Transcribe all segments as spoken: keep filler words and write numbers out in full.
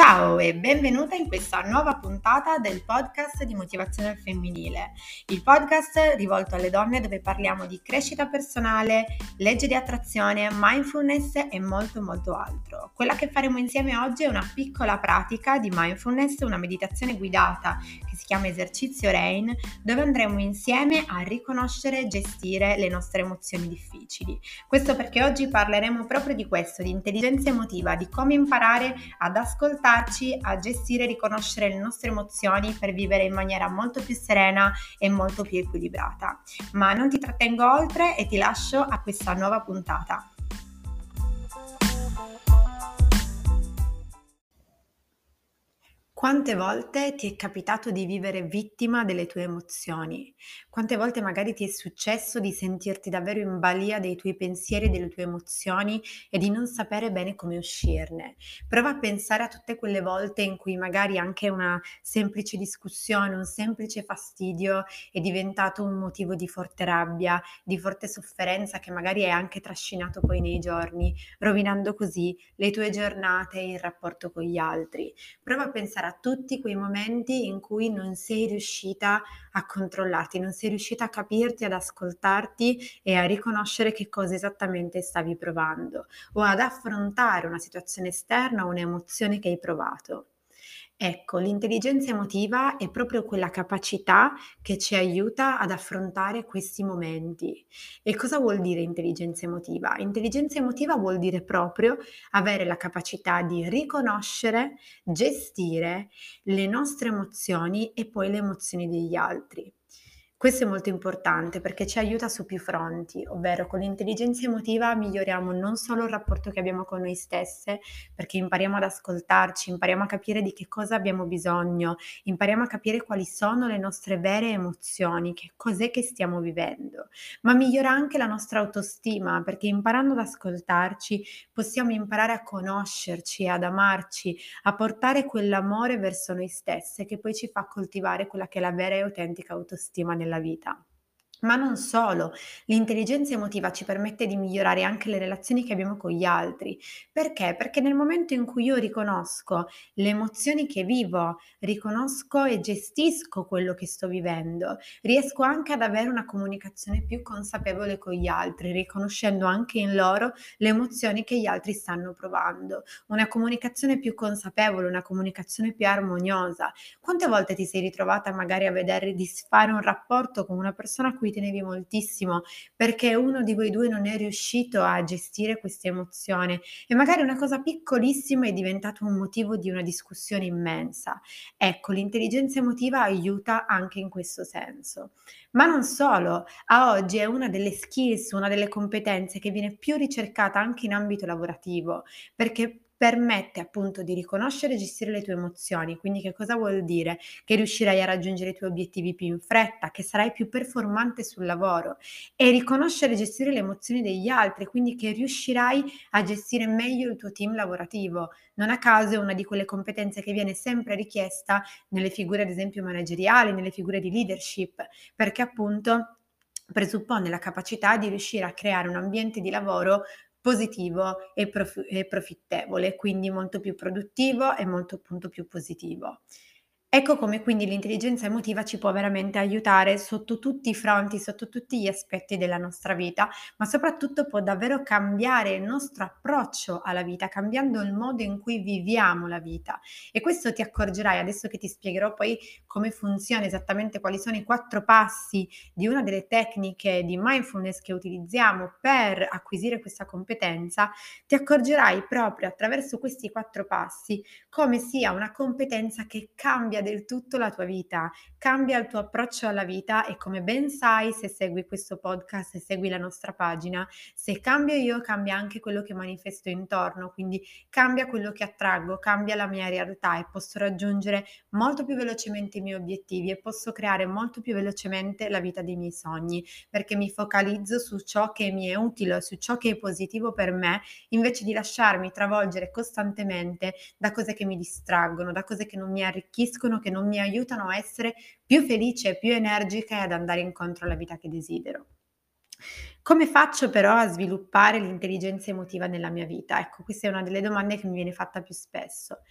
Ciao e benvenuta in questa nuova puntata del podcast di motivazione al femminile, il podcast rivolto alle donne dove parliamo di crescita personale, legge di attrazione, mindfulness e molto molto altro. Quella che faremo insieme oggi è una piccola pratica di mindfulness, una meditazione guidata che si chiama esercizio Rain, dove andremo insieme a riconoscere e gestire le nostre emozioni difficili. Questo perché oggi parleremo proprio di questo, di intelligenza emotiva, di come imparare ad ascoltare a gestire e riconoscere le nostre emozioni per vivere in maniera molto più serena e molto più equilibrata. Ma non ti trattengo oltre e ti lascio a questa nuova puntata. Quante volte ti è capitato di vivere vittima delle tue emozioni? Quante volte magari ti è successo di sentirti davvero in balia dei tuoi pensieri e delle tue emozioni e di non sapere bene come uscirne? Prova a pensare a tutte quelle volte in cui magari anche una semplice discussione, un semplice fastidio è diventato un motivo di forte rabbia, di forte sofferenza che magari è anche trascinato poi nei giorni, rovinando così le tue giornate e il rapporto con gli altri. Prova a pensare a tutti quei momenti in cui non sei riuscita a controllarti, non sei riuscita a capirti, ad ascoltarti e a riconoscere che cosa esattamente stavi provando o ad affrontare una situazione esterna o un'emozione che hai provato. Ecco, l'intelligenza emotiva è proprio quella capacità che ci aiuta ad affrontare questi momenti. E cosa vuol dire intelligenza emotiva? Intelligenza emotiva vuol dire proprio avere la capacità di riconoscere, gestire le nostre emozioni e poi le emozioni degli altri. Questo è molto importante perché ci aiuta su più fronti, ovvero con l'intelligenza emotiva miglioriamo non solo il rapporto che abbiamo con noi stesse, perché impariamo ad ascoltarci, impariamo a capire di che cosa abbiamo bisogno, impariamo a capire quali sono le nostre vere emozioni, che cos'è che stiamo vivendo, ma migliora anche la nostra autostima, perché imparando ad ascoltarci possiamo imparare a conoscerci, ad amarci, a portare quell'amore verso noi stesse che poi ci fa coltivare quella che è la vera e autentica autostima nella vita. Ma non solo, l'intelligenza emotiva ci permette di migliorare anche le relazioni che abbiamo con gli altri. Perché? Perché nel momento in cui io riconosco le emozioni che vivo, riconosco e gestisco quello che sto vivendo, riesco anche ad avere una comunicazione più consapevole con gli altri, riconoscendo anche in loro le emozioni che gli altri stanno provando. Una comunicazione più consapevole, una comunicazione più armoniosa. Quante volte ti sei ritrovata magari a vedere disfare un rapporto con una persona a cui tenevi moltissimo, perché uno di voi due non è riuscito a gestire questa emozione e magari una cosa piccolissima è diventato un motivo di una discussione immensa. Ecco, l'intelligenza emotiva aiuta anche in questo senso. Ma non solo, a oggi è una delle skills, una delle competenze che viene più ricercata anche in ambito lavorativo, perché permette appunto di riconoscere e gestire le tue emozioni. Quindi che cosa vuol dire? Che riuscirai a raggiungere i tuoi obiettivi più in fretta, che sarai più performante sul lavoro e riconoscere e gestire le emozioni degli altri, quindi che riuscirai a gestire meglio il tuo team lavorativo. Non a caso è una di quelle competenze che viene sempre richiesta nelle figure ad esempio manageriali, nelle figure di leadership, perché appunto presuppone la capacità di riuscire a creare un ambiente di lavoro positivo e prof e profittevole, quindi molto più produttivo e molto appunto più positivo. Ecco come quindi l'intelligenza emotiva ci può veramente aiutare sotto tutti i fronti, sotto tutti gli aspetti della nostra vita, ma soprattutto può davvero cambiare il nostro approccio alla vita, cambiando il modo in cui viviamo la vita. E questo ti accorgerai, adesso che ti spiegherò poi come funziona esattamente, quali sono i quattro passi di una delle tecniche di mindfulness che utilizziamo per acquisire questa competenza, ti accorgerai proprio attraverso questi quattro passi come sia una competenza che cambia del tutto la tua vita, cambia il tuo approccio alla vita e come ben sai se segui questo podcast, se segui la nostra pagina, se cambio io cambia anche quello che manifesto intorno, quindi cambia quello che attraggo, cambia la mia realtà e posso raggiungere molto più velocemente i miei obiettivi e posso creare molto più velocemente la vita dei miei sogni, perché mi focalizzo su ciò che mi è utile, su ciò che è positivo per me, invece di lasciarmi travolgere costantemente da cose che mi distraggono, da cose che non mi arricchiscono, che non mi aiutano a essere più felice, più energica e ad andare incontro alla vita che desidero. Come faccio però a sviluppare l'intelligenza emotiva nella mia vita? Ecco, questa è una delle domande che mi viene fatta più spesso.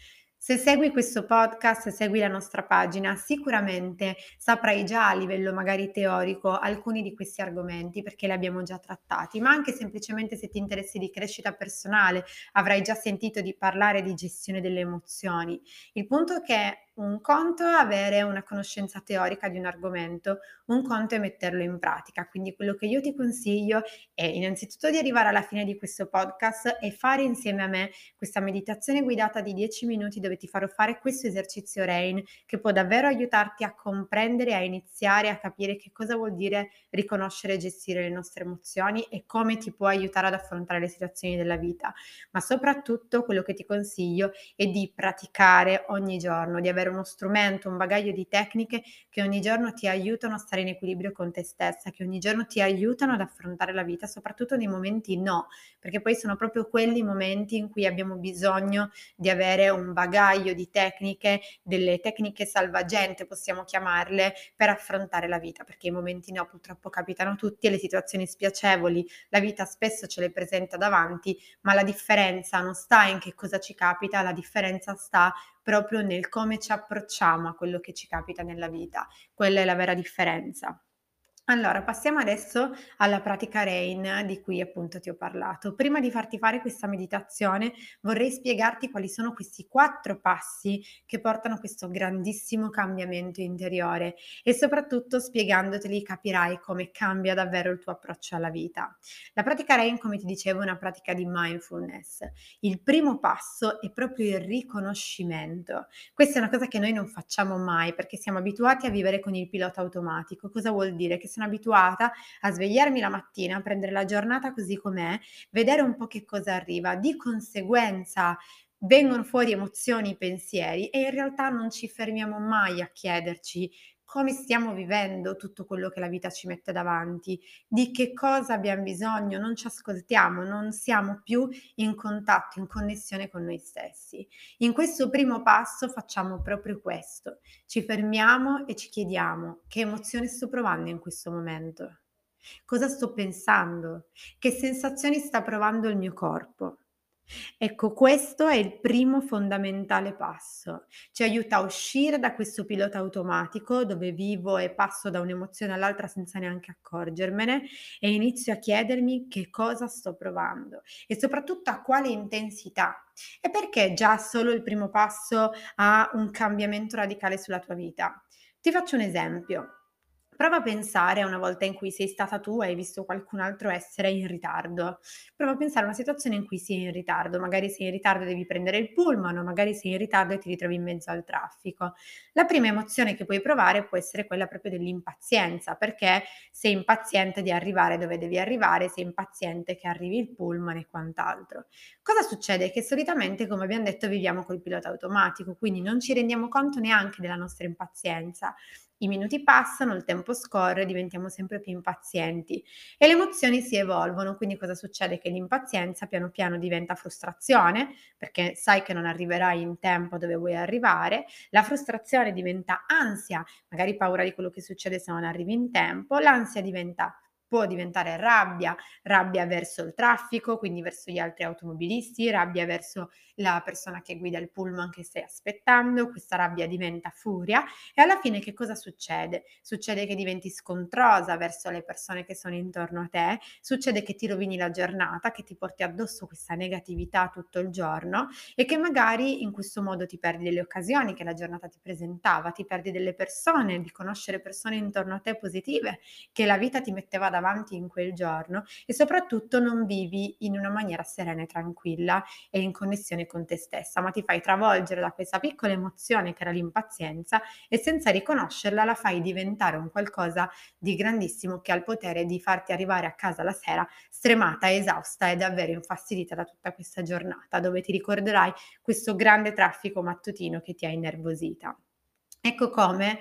Se segui questo podcast, segui la nostra pagina, sicuramente saprai già a livello magari teorico alcuni di questi argomenti perché li abbiamo già trattati, ma anche semplicemente se ti interessi di crescita personale, avrai già sentito di parlare di gestione delle emozioni. Il punto è che un conto è avere una conoscenza teorica di un argomento, un conto è metterlo in pratica. Quindi quello che io ti consiglio è innanzitutto di arrivare alla fine di questo podcast e fare insieme a me questa meditazione guidata di dieci minuti dove ti farò fare questo esercizio RAIN che può davvero aiutarti a comprendere, a iniziare a capire che cosa vuol dire riconoscere e gestire le nostre emozioni e come ti può aiutare ad affrontare le situazioni della vita. Ma soprattutto quello che ti consiglio è di praticare ogni giorno, di avere uno strumento, un bagaglio di tecniche che ogni giorno ti aiutano a stare in equilibrio con te stessa, che ogni giorno ti aiutano ad affrontare la vita, soprattutto nei momenti no, perché poi sono proprio quelli momenti in cui abbiamo bisogno di avere un bagaglio di tecniche, delle tecniche salvagente possiamo chiamarle, per affrontare la vita, perché i momenti no purtroppo capitano a tutti e le situazioni spiacevoli la vita spesso ce le presenta davanti, ma la differenza non sta in che cosa ci capita, la differenza sta proprio nel come ci approcciamo a quello che ci capita nella vita. Quella è la vera differenza. Allora, passiamo adesso alla pratica RAIN di cui appunto ti ho parlato. Prima di farti fare questa meditazione, vorrei spiegarti quali sono questi quattro passi che portano a questo grandissimo cambiamento interiore e soprattutto spiegandoteli capirai come cambia davvero il tuo approccio alla vita. La pratica RAIN, come ti dicevo, è una pratica di mindfulness. Il primo passo è proprio il riconoscimento. Questa è una cosa che noi non facciamo mai perché siamo abituati a vivere con il pilota automatico. Cosa vuol dire? Che sono abituata a svegliarmi la mattina, a prendere la giornata così com'è, vedere un po' che cosa arriva. Di conseguenza vengono fuori emozioni, pensieri e in realtà non ci fermiamo mai a chiederci come stiamo vivendo tutto quello che la vita ci mette davanti, di che cosa abbiamo bisogno, non ci ascoltiamo, non siamo più in contatto, in connessione con noi stessi. In questo primo passo facciamo proprio questo, ci fermiamo e ci chiediamo: che emozione sto provando in questo momento? Cosa sto pensando? Che sensazioni sta provando il mio corpo? Ecco, questo è il primo fondamentale passo. Ci aiuta a uscire da questo pilota automatico dove vivo e passo da un'emozione all'altra senza neanche accorgermene e inizio a chiedermi che cosa sto provando e soprattutto a quale intensità. E perché già solo il primo passo ha un cambiamento radicale sulla tua vita? Ti faccio un esempio. Prova a pensare a una volta in cui sei stata tu e hai visto qualcun altro essere in ritardo. Prova a pensare a una situazione in cui sei in ritardo, magari sei in ritardo e devi prendere il pullman o magari sei in ritardo e ti ritrovi in mezzo al traffico. La prima emozione che puoi provare può essere quella proprio dell'impazienza, perché sei impaziente di arrivare dove devi arrivare, sei impaziente che arrivi il pullman e quant'altro. Cosa succede? Che solitamente, come abbiamo detto, viviamo col pilota automatico, quindi non ci rendiamo conto neanche della nostra impazienza. I minuti passano, il tempo scorre, diventiamo sempre più impazienti e le emozioni si evolvono, quindi cosa succede? Che l'impazienza piano piano diventa frustrazione, perché sai che non arriverai in tempo dove vuoi arrivare, la frustrazione diventa ansia, magari paura di quello che succede se non arrivi in tempo, l'ansia diventa può diventare rabbia, rabbia verso il traffico, quindi verso gli altri automobilisti, rabbia verso la persona che guida il pullman che stai aspettando, questa rabbia diventa furia e alla fine che cosa succede? Succede che diventi scontrosa verso le persone che sono intorno a te, succede che ti rovini la giornata, che ti porti addosso questa negatività tutto il giorno e che magari in questo modo ti perdi delle occasioni che la giornata ti presentava, ti perdi delle persone, di conoscere persone intorno a te positive che la vita ti metteva davanti in quel giorno e soprattutto non vivi in una maniera serena e tranquilla e in connessione con te stessa, ma ti fai travolgere da questa piccola emozione che era l'impazienza e senza riconoscerla la fai diventare un qualcosa di grandissimo che ha il potere di farti arrivare a casa la sera stremata, esausta e davvero infastidita da tutta questa giornata, dove ti ricorderai questo grande traffico mattutino che ti ha innervosita. Ecco come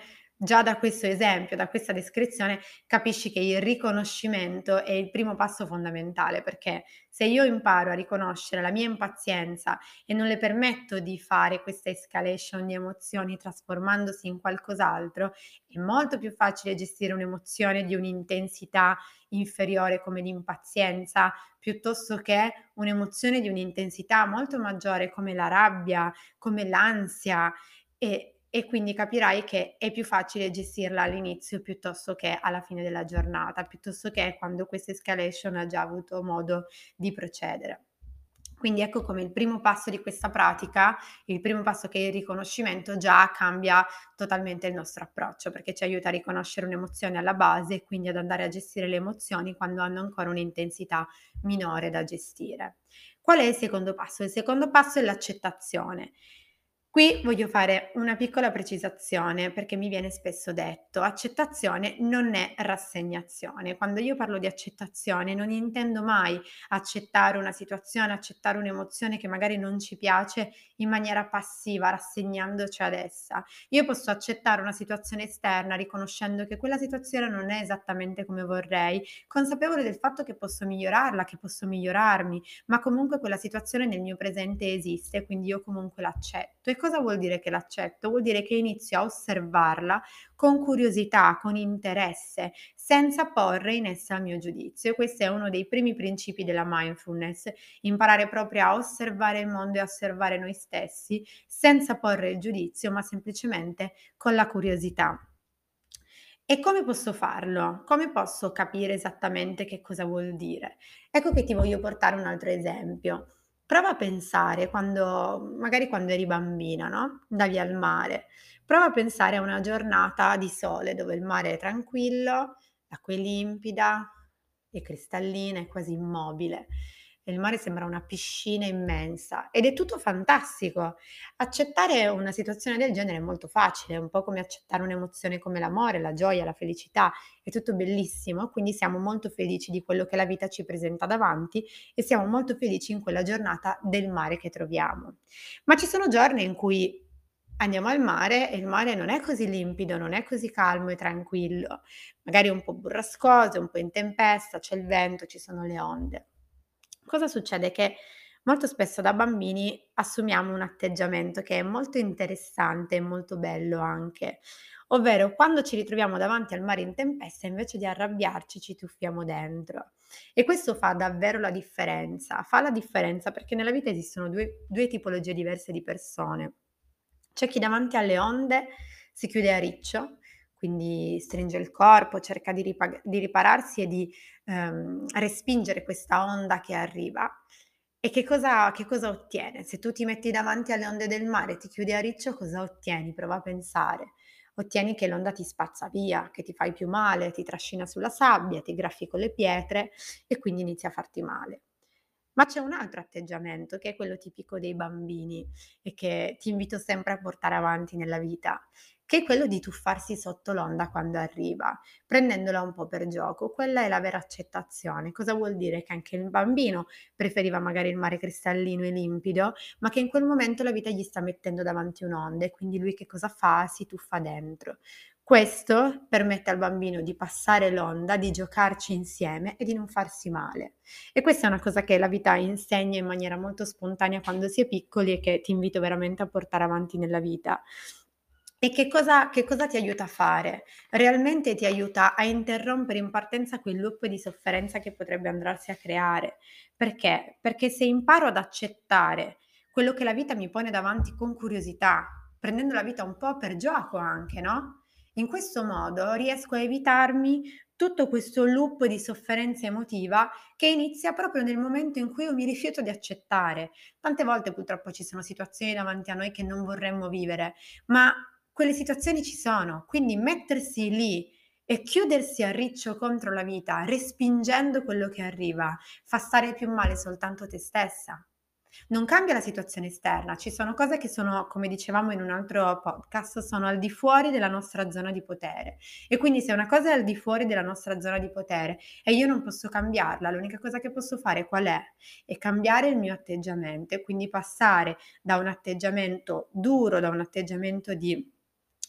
Già da questo esempio, da questa descrizione, capisci che il riconoscimento è il primo passo fondamentale, perché se io imparo a riconoscere la mia impazienza e non le permetto di fare questa escalation di emozioni trasformandosi in qualcos'altro, è molto più facile gestire un'emozione di un'intensità inferiore come l'impazienza, piuttosto che un'emozione di un'intensità molto maggiore come la rabbia, come l'ansia. E e quindi capirai che è più facile gestirla all'inizio piuttosto che alla fine della giornata, piuttosto che quando questa escalation ha già avuto modo di procedere. Quindi ecco come il primo passo di questa pratica, il primo passo che è il riconoscimento, già cambia totalmente il nostro approccio, perché ci aiuta a riconoscere un'emozione alla base e quindi ad andare a gestire le emozioni quando hanno ancora un'intensità minore da gestire. Qual è il secondo passo? Il secondo passo è l'accettazione. Qui voglio fare una piccola precisazione perché mi viene spesso detto: accettazione non è rassegnazione. Quando io parlo di accettazione non intendo mai accettare una situazione, accettare un'emozione che magari non ci piace in maniera passiva, rassegnandoci ad essa. Io posso accettare una situazione esterna riconoscendo che quella situazione non è esattamente come vorrei, consapevole del fatto che posso migliorarla, che posso migliorarmi, ma comunque quella situazione nel mio presente esiste, quindi io comunque l'accetto. E cosa vuol dire che l'accetto? Vuol dire che inizio a osservarla con curiosità, con interesse, senza porre in essa il mio giudizio. E questo è uno dei primi principi della mindfulness, imparare proprio a osservare il mondo e a osservare noi stessi senza porre il giudizio, ma semplicemente con la curiosità. E come posso farlo? Come posso capire esattamente che cosa vuol dire? Ecco che ti voglio portare un altro esempio. Prova a pensare quando magari quando eri bambina, no, andavi al mare. Prova a pensare a una giornata di sole dove il mare è tranquillo, l'acqua è limpida, è cristallina, è quasi immobile e il mare sembra una piscina immensa ed è tutto fantastico. Accettare una situazione del genere è molto facile, è un po' come accettare un'emozione come l'amore, la gioia, la felicità, è tutto bellissimo, quindi siamo molto felici di quello che la vita ci presenta davanti e siamo molto felici in quella giornata del mare che troviamo. Ma ci sono giorni in cui andiamo al mare e il mare non è così limpido, non è così calmo e tranquillo, magari è un po' burrascoso, è un po' in tempesta, c'è il vento, ci sono le onde. Cosa succede? Che molto spesso da bambini assumiamo un atteggiamento che è molto interessante e molto bello anche, ovvero quando ci ritroviamo davanti al mare in tempesta invece di arrabbiarci ci tuffiamo dentro e questo fa davvero la differenza, fa la differenza perché nella vita esistono due due tipologie diverse di persone. C'è chi davanti alle onde si chiude a riccio, quindi stringe il corpo, cerca di ripag di ripararsi e di, ehm, respingere questa onda che arriva. E che cosa che cosa ottiene? Se tu ti metti davanti alle onde del mare, ti chiudi a riccio, cosa ottieni? Prova a pensare. Ottieni che l'onda ti spazza via, che ti fai più male, ti trascina sulla sabbia, ti graffi con le pietre e quindi inizi a farti male. Ma c'è un altro atteggiamento che è quello tipico dei bambini e che ti invito sempre a portare avanti nella vita, che è quello di tuffarsi sotto l'onda quando arriva, prendendola un po' per gioco. Quella è la vera accettazione. Cosa vuol dire? Che anche il bambino preferiva magari il mare cristallino e limpido, ma che in quel momento la vita gli sta mettendo davanti un'onda e quindi lui che cosa fa? Si tuffa dentro. Questo permette al bambino di passare l'onda, di giocarci insieme e di non farsi male. E questa è una cosa che la vita insegna in maniera molto spontanea quando si è piccoli e che ti invito veramente a portare avanti nella vita. E che cosa che cosa ti aiuta a fare? Realmente ti aiuta a interrompere in partenza quel loop di sofferenza che potrebbe andarsi a creare. Perché? Perché se imparo ad accettare quello che la vita mi pone davanti con curiosità, prendendo la vita un po' per gioco anche, no, in questo modo riesco a evitarmi tutto questo loop di sofferenza emotiva che inizia proprio nel momento in cui io mi rifiuto di accettare. Tante volte purtroppo ci sono situazioni davanti a noi che non vorremmo vivere, ma quelle situazioni ci sono, quindi mettersi lì e chiudersi a riccio contro la vita, respingendo quello che arriva, fa stare più male soltanto te stessa. Non cambia la situazione esterna, ci sono cose che sono, come dicevamo in un altro podcast, sono al di fuori della nostra zona di potere. E quindi se una cosa è al di fuori della nostra zona di potere e io non posso cambiarla, l'unica cosa che posso fare qual è? È cambiare il mio atteggiamento e quindi passare da un atteggiamento duro, da un atteggiamento di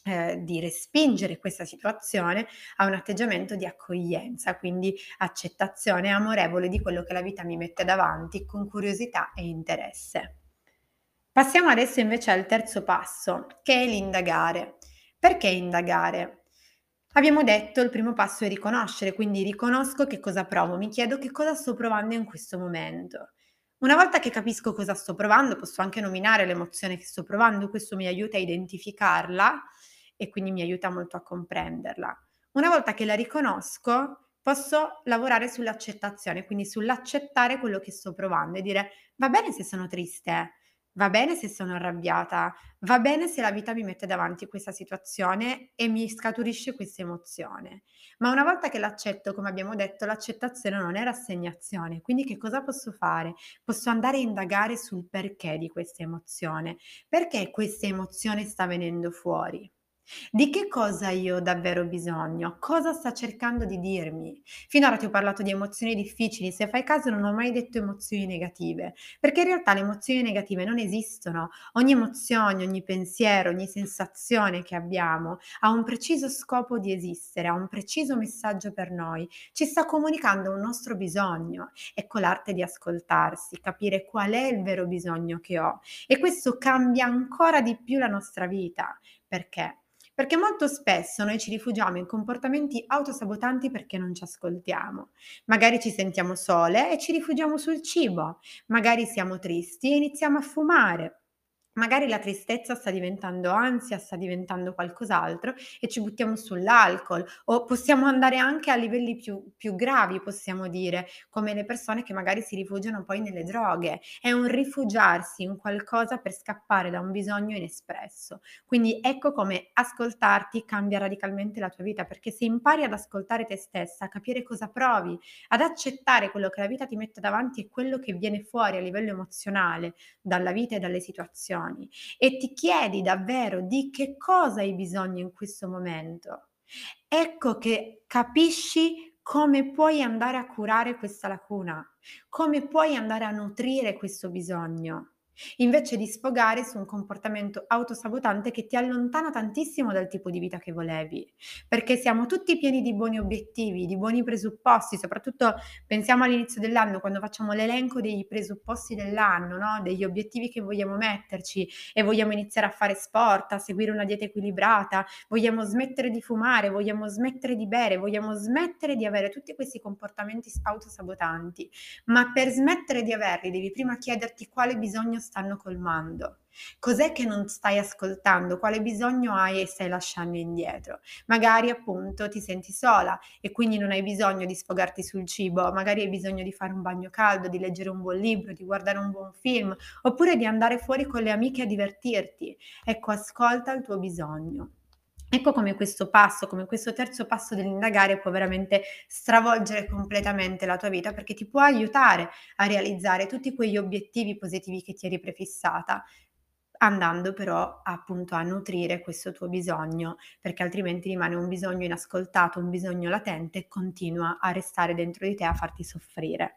ehm, di respingere questa situazione a un atteggiamento di accoglienza, quindi accettazione amorevole di quello che la vita mi mette davanti con curiosità e interesse. Passiamo adesso invece al terzo passo, che è l'indagare. Perché indagare? Abbiamo detto il primo passo è riconoscere, quindi riconosco che cosa provo, mi chiedo che cosa sto provando in questo momento. Una volta che capisco cosa sto provando, posso anche nominare l'emozione che sto provando, questo mi aiuta a identificarla e quindi mi aiuta molto a comprenderla. Una volta che la riconosco, posso lavorare sull'accettazione, quindi sull'accettare quello che sto provando e dire va bene se sono triste, va bene se sono arrabbiata, va bene se la vita mi mette davanti questa situazione e mi scaturisce questa emozione. Ma una volta che l'accetto, come abbiamo detto, l'accettazione non è rassegnazione. Quindi che cosa posso fare? Posso andare a indagare sul perché di questa emozione. Perché questa emozione sta venendo fuori? Di che cosa io ho davvero bisogno? Cosa sta cercando di dirmi? Finora ti ho parlato di emozioni difficili, se fai caso non ho mai detto emozioni negative, perché in realtà le emozioni negative non esistono. Ogni emozione, ogni pensiero, ogni sensazione che abbiamo ha un preciso scopo di esistere, ha un preciso messaggio per noi, ci sta comunicando un nostro bisogno. Ecco l'arte di ascoltarsi, capire qual è il vero bisogno che ho e questo cambia ancora di più la nostra vita. Perché? Perché molto spesso noi ci rifugiamo in comportamenti autosabotanti perché non ci ascoltiamo. Magari ci sentiamo sole e ci rifugiamo sul cibo, magari siamo tristi e iniziamo a fumare. Magari la tristezza sta diventando ansia, sta diventando qualcos'altro e ci buttiamo sull'alcol o possiamo andare anche a livelli più, più gravi, possiamo dire, come le persone che magari si rifugiano poi nelle droghe. È un rifugiarsi in qualcosa per scappare da un bisogno inespresso. Quindi ecco come ascoltarti cambia radicalmente la tua vita, perché se impari ad ascoltare te stessa, a capire cosa provi, ad accettare quello che la vita ti mette davanti e quello che viene fuori a livello emozionale dalla vita e dalle situazioni e ti chiedi davvero di che cosa hai bisogno in questo momento, ecco che capisci come puoi andare a curare questa lacuna, come puoi andare a nutrire questo bisogno, invece di sfogare su un comportamento autosabotante che ti allontana tantissimo dal tipo di vita che volevi, perché siamo tutti pieni di buoni obiettivi, di buoni presupposti, soprattutto pensiamo all'inizio dell'anno quando facciamo l'elenco dei presupposti dell'anno, no, degli obiettivi che vogliamo metterci e vogliamo iniziare a fare sport, a seguire una dieta equilibrata, vogliamo smettere di fumare, vogliamo smettere di bere, vogliamo smettere di avere tutti questi comportamenti s autosabotanti. Ma per smettere di averli devi prima chiederti quale bisogno stanno colmando. Cos'è che non stai ascoltando? Quale bisogno hai e stai lasciando indietro? Magari appunto ti senti sola e quindi non hai bisogno di sfogarti sul cibo, magari hai bisogno di fare un bagno caldo, di leggere un buon libro, di guardare un buon film, oppure di andare fuori con le amiche a divertirti. Ecco, ascolta il tuo bisogno. Ecco come questo passo, come questo terzo passo dell'indagare può veramente stravolgere completamente la tua vita, perché ti può aiutare a realizzare tutti quegli obiettivi positivi che ti eri prefissata, andando però appunto a nutrire questo tuo bisogno, perché altrimenti rimane un bisogno inascoltato, un bisogno latente e continua a restare dentro di te a farti soffrire.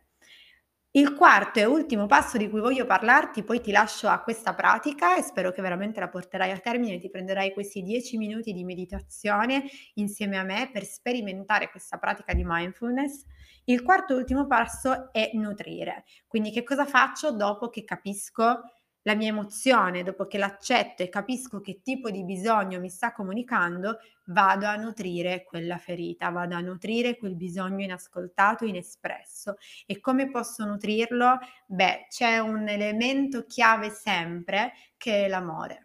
Il quarto e ultimo passo di cui voglio parlarti, poi ti lascio a questa pratica e spero che veramente la porterai a termine, ti prenderai questi dieci minuti di meditazione insieme a me per sperimentare questa pratica di mindfulness. Il quarto e ultimo passo è nutrire. Quindi che cosa faccio dopo che capisco la mia emozione, dopo che l'accetto e capisco che tipo di bisogno mi sta comunicando, vado a nutrire quella ferita, vado a nutrire quel bisogno inascoltato, inespresso. E come posso nutrirlo? Beh, c'è un elemento chiave sempre che è l'amore.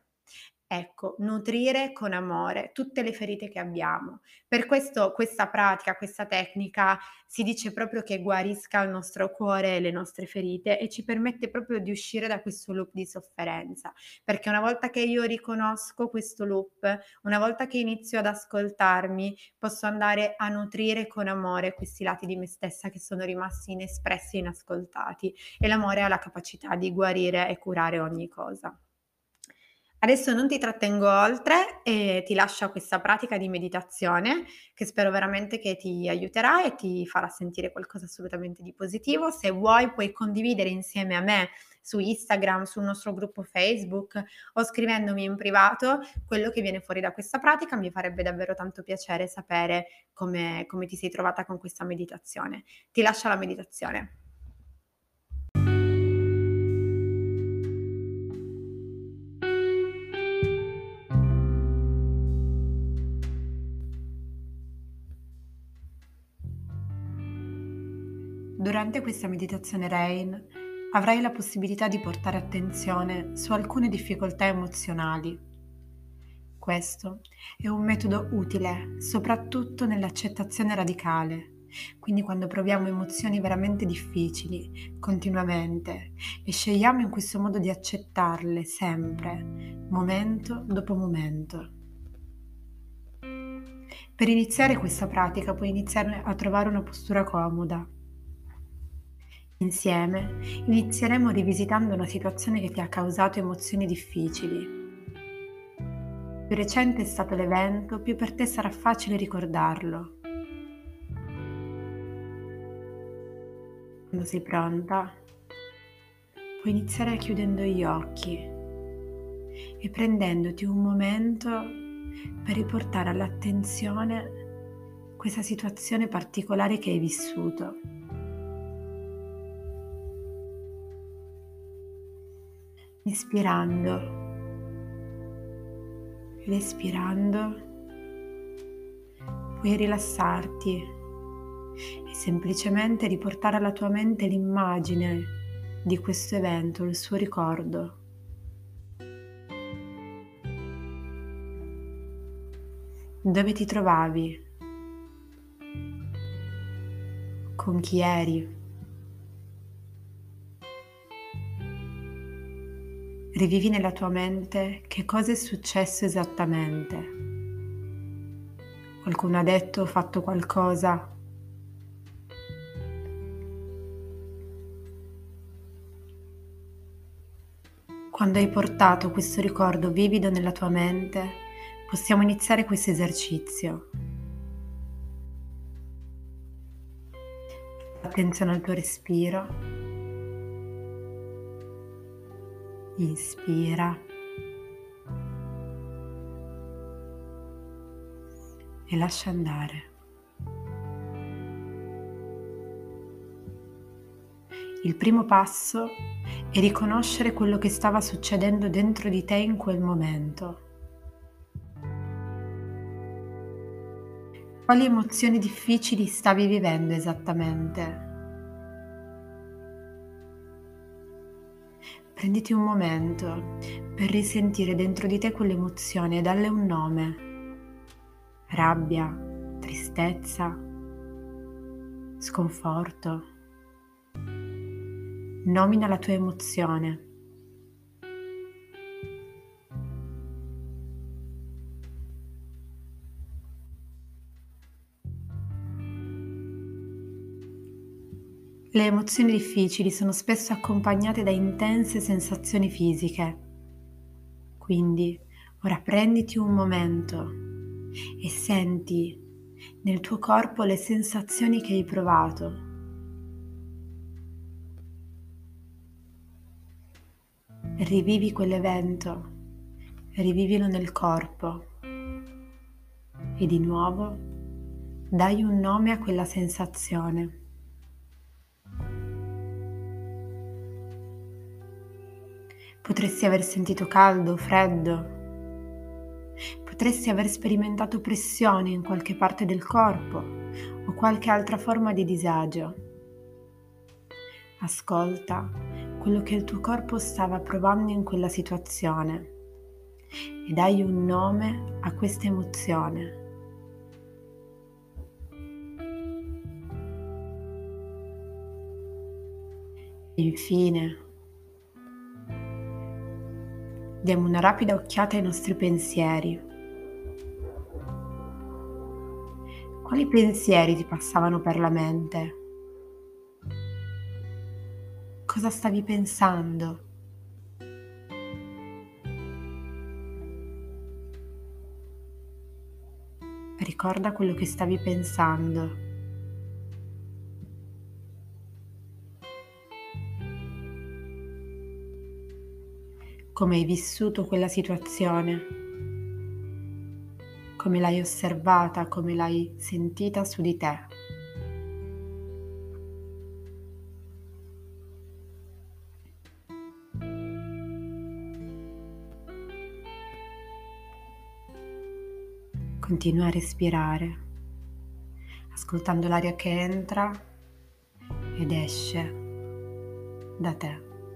Ecco, nutrire con amore tutte le ferite che abbiamo. Per questo questa pratica, questa tecnica si dice proprio che guarisca il nostro cuore e le nostre ferite e ci permette proprio di uscire da questo loop di sofferenza, perché una volta che io riconosco questo loop, una volta che inizio ad ascoltarmi, posso andare a nutrire con amore questi lati di me stessa che sono rimasti inespressi e inascoltati e l'amore ha la capacità di guarire e curare ogni cosa. Adesso non ti trattengo oltre e ti lascio a questa pratica di meditazione che spero veramente che ti aiuterà e ti farà sentire qualcosa assolutamente di positivo. Se vuoi puoi condividere insieme a me su Instagram, sul nostro gruppo Facebook o scrivendomi in privato quello che viene fuori da questa pratica. Mi farebbe davvero tanto piacere sapere come come ti sei trovata con questa meditazione. Ti lascio alla meditazione. Durante questa meditazione RAIN avrai la possibilità di portare attenzione su alcune difficoltà emozionali. Questo è un metodo utile soprattutto nell'accettazione radicale, quindi quando proviamo emozioni veramente difficili, continuamente, e scegliamo in questo modo di accettarle sempre, momento dopo momento. Per iniziare questa pratica puoi iniziare a trovare una postura comoda. Insieme inizieremo rivisitando una situazione che ti ha causato emozioni difficili. Più recente è stato l'evento, più per te sarà facile ricordarlo. Quando sei pronta, puoi iniziare chiudendo gli occhi e prendendoti un momento per riportare all'attenzione questa situazione particolare che hai vissuto. Inspirando ed espirando, puoi rilassarti e semplicemente riportare alla tua mente l'immagine di questo evento, il suo ricordo. Dove ti trovavi? Con chi eri? Rivivi nella tua mente che cosa è successo esattamente. Qualcuno ha detto o fatto qualcosa? Quando hai portato questo ricordo vivido nella tua mente, possiamo iniziare questo esercizio. Attenzione al tuo respiro. Inspira e lascia andare. Il primo passo è riconoscere quello che stava succedendo dentro di te in quel momento. Quali emozioni difficili stavi vivendo esattamente? Prenditi un momento per risentire dentro di te quell'emozione e darle un nome. Rabbia, tristezza, sconforto. Nomina la tua emozione. Le emozioni difficili sono spesso accompagnate da intense sensazioni fisiche. Quindi ora prenditi un momento e senti nel tuo corpo le sensazioni che hai provato. Rivivi quell'evento, rivivilo nel corpo e di nuovo dai un nome a quella sensazione. Potresti aver sentito caldo, freddo, potresti aver sperimentato pressione in qualche parte del corpo o qualche altra forma di disagio. Ascolta quello che il tuo corpo stava provando in quella situazione e dai un nome a questa emozione. E infine, diamo una rapida occhiata ai nostri pensieri. Quali pensieri ti passavano per la mente? Cosa stavi pensando? Ricorda quello che stavi pensando. come hai vissuto quella situazione, come l'hai osservata, come l'hai sentita su di te. Continua a respirare, ascoltando l'aria che entra ed esce da te.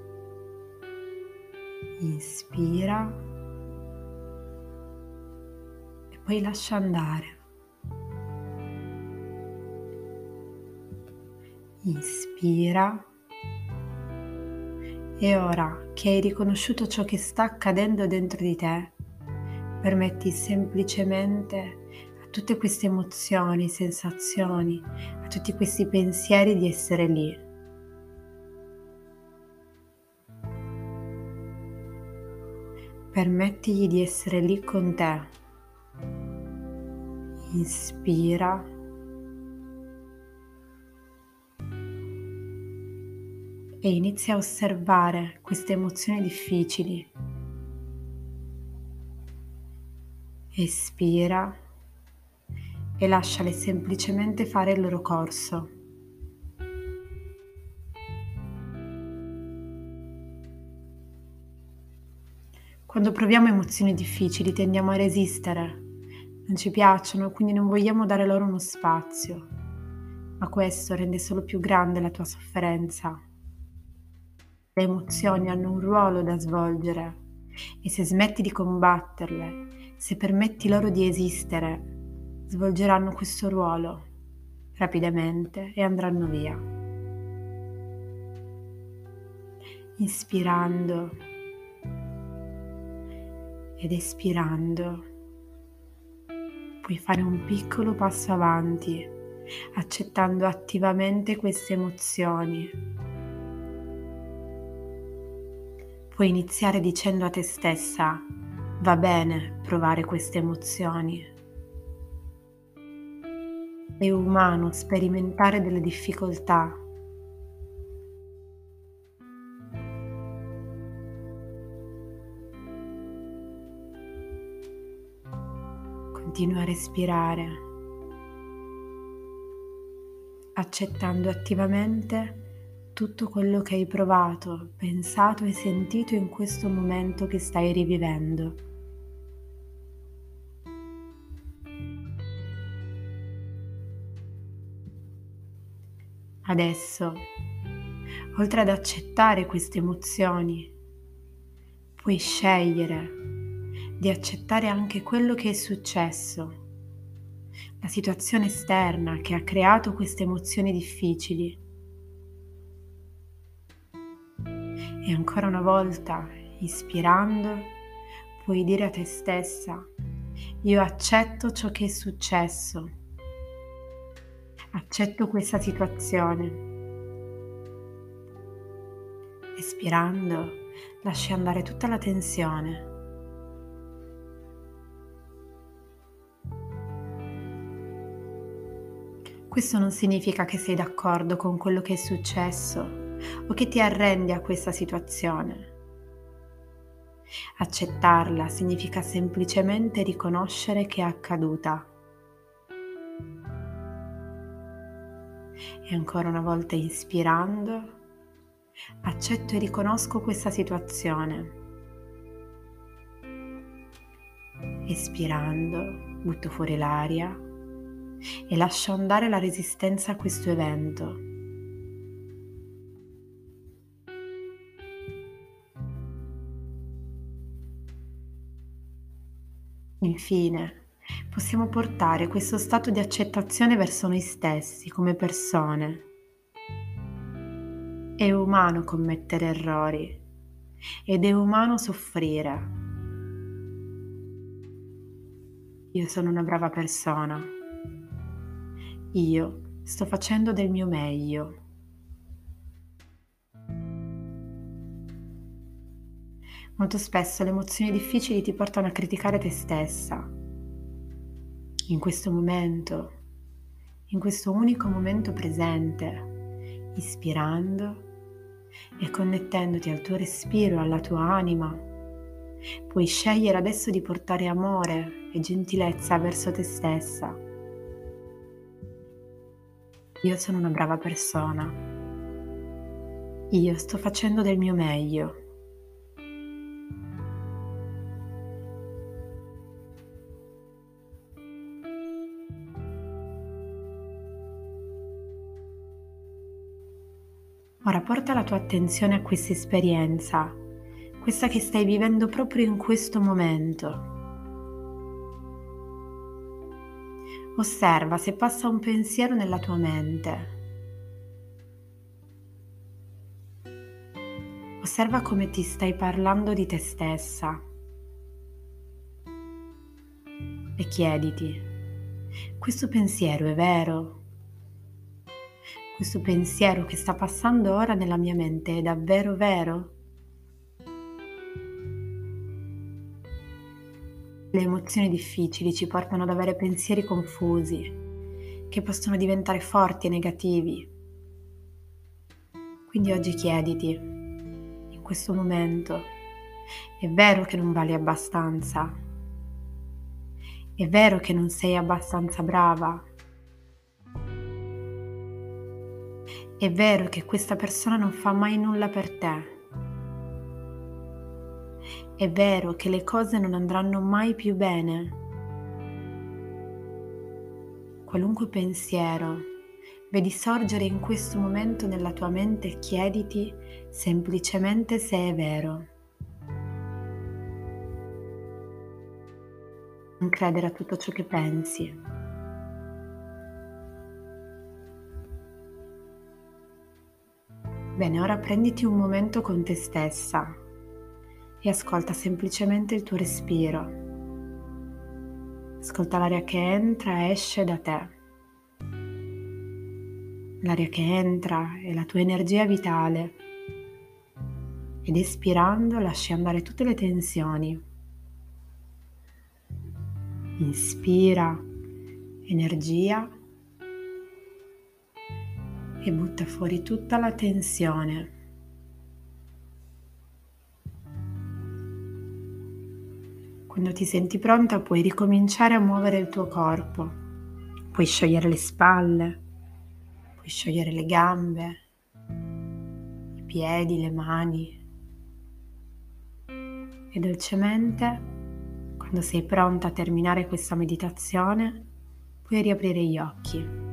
Inspira e poi lascia andare. Inspira e ora che hai riconosciuto ciò che sta accadendo dentro di te, permetti semplicemente a tutte queste emozioni, sensazioni, a tutti questi pensieri di essere lì. Permettigli di essere lì con te. Inspira e inizia a osservare queste emozioni difficili. Espira e lasciale semplicemente fare il loro corso. Quando proviamo emozioni difficili tendiamo a resistere, non ci piacciono, quindi non vogliamo dare loro uno spazio, ma questo rende solo più grande la tua sofferenza. Le emozioni hanno un ruolo da svolgere e se smetti di combatterle, se permetti loro di esistere, svolgeranno questo ruolo rapidamente e andranno via. Inspirando ed espirando, puoi fare un piccolo passo avanti, accettando attivamente queste emozioni. Puoi iniziare dicendo a te stessa: va bene provare queste emozioni. È umano sperimentare delle difficoltà. Continua a respirare, accettando attivamente tutto quello che hai provato, pensato e sentito in questo momento che stai rivivendo. Adesso, oltre ad accettare queste emozioni, puoi scegliere di accettare anche quello che è successo, la situazione esterna che ha creato queste emozioni difficili. E ancora una volta, ispirando, puoi dire a te stessa: io accetto ciò che è successo, accetto questa situazione. Espirando, lasci andare tutta la tensione. Questo non significa che sei d'accordo con quello che è successo o che ti arrendi a questa situazione. Accettarla significa semplicemente riconoscere che è accaduta. E ancora una volta inspirando, accetto e riconosco questa situazione. Espirando, butto fuori l'aria e lascio andare la resistenza a questo evento. Infine, possiamo portare questo stato di accettazione verso noi stessi come persone. È umano commettere errori ed è umano soffrire. Io sono una brava persona. Io sto facendo del mio meglio. Molto spesso le emozioni difficili ti portano a criticare te stessa. In questo momento, in questo unico momento presente, ispirando e connettendoti al tuo respiro, alla tua anima, Puoi scegliere adesso di portare amore e gentilezza verso te stessa. Io sono una brava persona. Io sto facendo del mio meglio. Ora porta la tua attenzione a questa esperienza, questa che stai vivendo proprio in questo momento. Osserva se passa un pensiero nella tua mente. Osserva come ti stai parlando di te stessa e chiediti: questo pensiero è vero? Questo pensiero che sta passando ora nella mia mente è davvero vero? Le emozioni difficili ci portano ad avere pensieri confusi, che possono diventare forti e negativi. Quindi oggi chiediti, in questo momento, è vero che non vali abbastanza? È vero che non sei abbastanza brava? È vero che questa persona non fa mai nulla per te? È vero che le cose non andranno mai più bene? Qualunque pensiero vedi sorgere in questo momento nella tua mente e chiediti semplicemente se è vero. Non credere a tutto ciò che pensi. Bene, ora prenditi un momento con te stessa e ascolta semplicemente il tuo respiro. Ascolta l'aria che entra e esce da te. L'aria che entra è la tua energia vitale ed espirando lasci andare tutte le tensioni. Inspira energia e butta fuori tutta la tensione. Quando ti senti pronta puoi ricominciare a muovere il tuo corpo. Puoi sciogliere le spalle, puoi sciogliere le gambe, i piedi, le mani. E dolcemente, quando sei pronta a terminare questa meditazione, puoi riaprire gli occhi.